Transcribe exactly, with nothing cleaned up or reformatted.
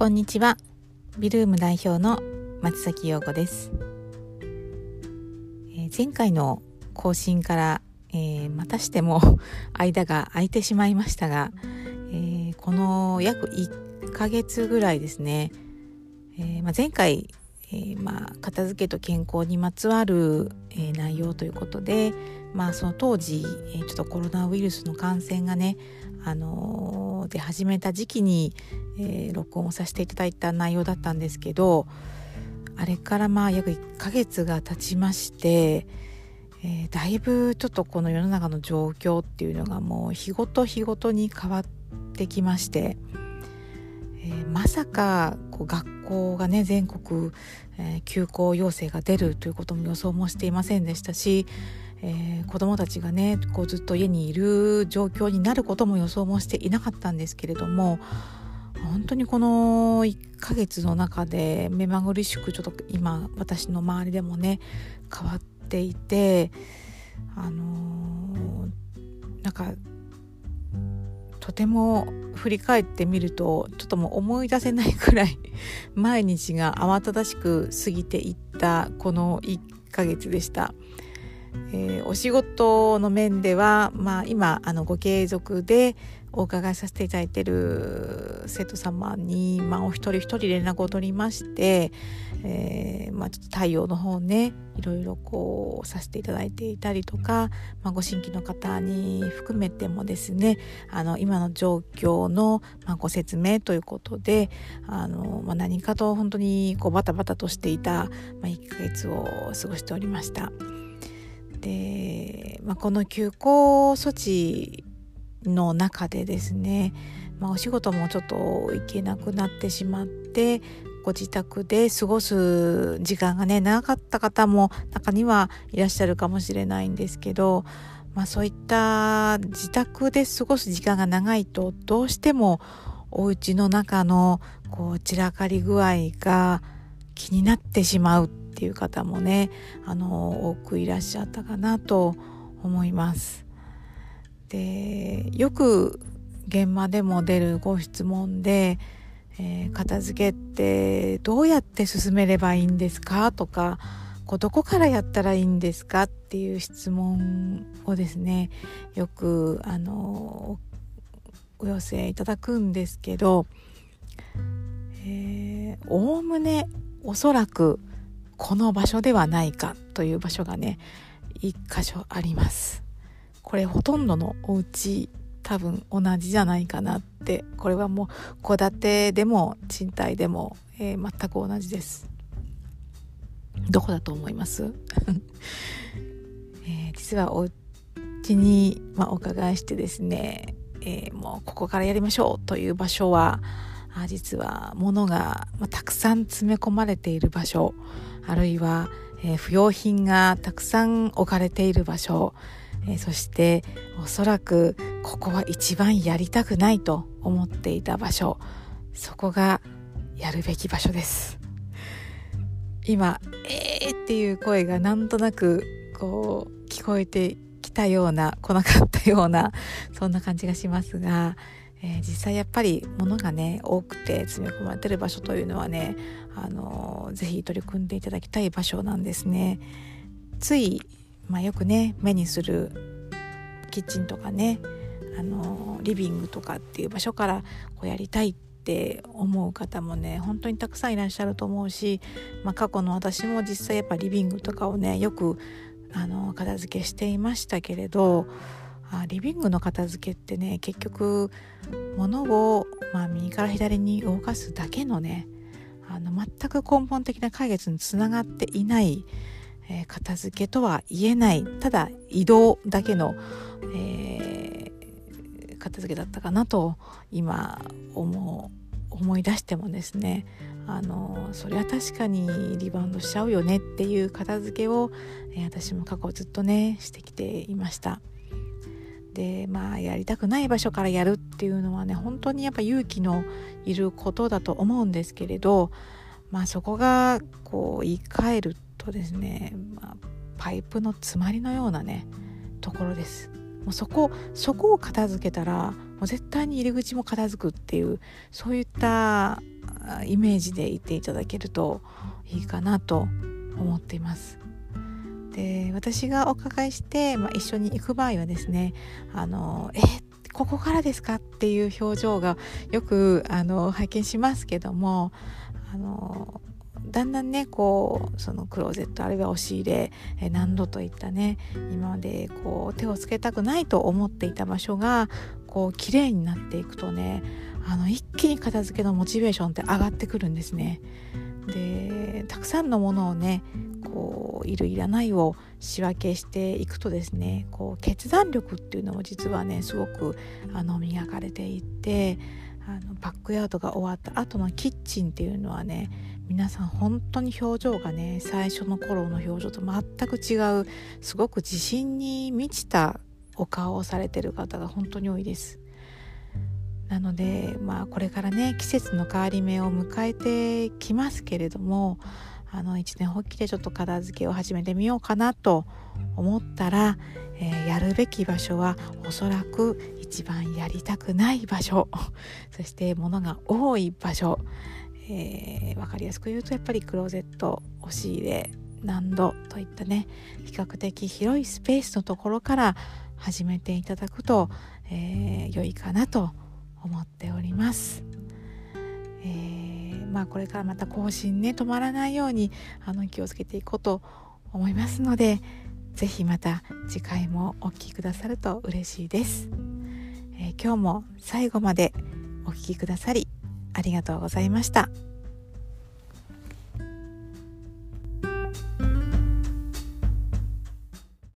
こんにちは。ビルーム代表の松崎陽子です。えー、前回の更新から、えー、またしても間が空いてしまいましたが、えー、この約いっかげつぐらいですね、えーまあ、前回、えーまあ、片付けと健康にまつわる、えー、内容ということで、まあ、その当時、えー、ちょっとコロナウイルスの感染がね、あのー、で始めた時期に、えー、録音をさせていただいた内容だったんですけど、あれからまあ約いっかげつが経ちまして、えー、だいぶちょっとこの世の中の状況っていうのがもう日ごと日ごとに変わってきまして、えー、まさかこう学校がね全国、えー、休校要請が出るということも予想もしていませんでしたし、えー、子どもたちがねこうずっと家にいる状況になることも予想もしていなかったんですけれども、本当にこのいっかげつの中で目まぐるしくちょっと今私の周りでもね変わっていて、あのー、なんかとても振り返ってみるとちょっともう思い出せないくらい毎日が慌ただしく過ぎていったこのいっかげつでした。えー、お仕事の面では、まあ、今あのご継続でお伺いさせていただいている生徒様に、まあ、お一人一人連絡を取りまして、えーまあ、ちょっと対応の方ねいろいろこうさせていただいていたりとか、まあ、ご新規の方に含めてもですね、あの今の状況の、まあ、ご説明ということで、あの、まあ、何かと本当にこうバタバタとしていた、まあ、いっかげつを過ごしておりました。で、まあ、この休校措置の中でですね、まあ、お仕事もちょっと行けなくなってしまってご自宅で過ごす時間がね長かった方も中にはいらっしゃるかもしれないんですけど、まあ、そういった自宅で過ごす時間が長いとどうしてもお家の中のこう散らかり具合が気になってしまうっていう方もねあの多くいらっしゃったかなと思います。で、よく現場でも出るご質問で、えー、片付けってどうやって進めればいいんですかとか、こうどこからやったらいいんですかっていう質問をですねよくあのお寄せいただくんですけど、おおむねおそらくこの場所ではないかという場所がね一箇所あります。これほとんどのお家多分同じじゃないかなって、これはもう戸建てでも賃貸でも、えー、全く同じです。どこだと思います、えー、実はお家に、まあ、お伺いしてですね、えー、もうここからやりましょうという場所はあ実は物が、まあ、たくさん詰め込まれている場所、あるいは、えー、不要品がたくさん置かれている場所、えー、そしておそらくここは一番やりたくないと思っていた場所、そこがやるべき場所です。今えーっていう声がなんとなくこう聞こえてきたような来なかったようなそんな感じがしますが、えー、実際やっぱり物がね多くて詰め込まれてる場所というのはね、あのー、ぜひ取り組んでいただきたい場所なんですね。つい、まあ、よくね目にするキッチンとかね、あのー、リビングとかっていう場所からこうやりたいって思う方もね本当にたくさんいらっしゃると思うし、まあ、過去の私も実際やっぱリビングとかをねよくあの片付けしていましたけれど、あリビングの片付けってね結局物を、まあ、右から左に動かすだけのねあの全く根本的な解決につながっていない、えー、片付けとは言えない、ただ移動だけの、えー、片付けだったかなと今思う思い出してもですね、あのそれは確かにリバウンドしちゃうよねっていう片付けを、えー、私も過去ずっとねしてきていました。で、まあやりたくない場所からやるっていうのはね本当にやっぱ勇気のいることだと思うんですけれど、まあそこがこう言い換えるとですね、まあ、パイプの詰まりのようなねところです。もうそこそこを片付けたらもう絶対に入り口も片付くっていう、そういったイメージでいていただけるといいかなと思っています。で、私がお伺いして、まあ、一緒に行く場合はですね、あのえここからですかっていう表情がよくあの拝見しますけども、あのだんだんねこうそのクローゼットあるいは押し入れ、え何度といったね今までこう手をつけたくないと思っていた場所がこう綺麗になっていくとね、あの一気に片付けのモチベーションって上がってくるんですね。で、たくさんのものをねこういるいらないを仕分けしていくとですね、こう決断力っていうのも実はねすごくあの磨かれていって、あのバックヤードが終わった後のキッチンっていうのはね、皆さん本当に表情がね最初の頃の表情と全く違う、すごく自信に満ちたお顔をされている方が本当に多いです。なので、まあ、これからね季節の変わり目を迎えてきますけれども、あの一年発起でちょっと片付けを始めてみようかなと思ったら、えー、やるべき場所はおそらく一番やりたくない場所そして物が多い場所、えー、分かりやすく言うとやっぱりクローゼット、押し入れ、何度といったね比較的広いスペースのところから始めていただくと、えー、良いかなと思っております。えー、まあこれからまた更新ね止まらないようにあの気をつけていこうと思いますので、ぜひまた次回もお聞きくださると嬉しいです。えー、今日も最後までお聞きくださりありがとうございました。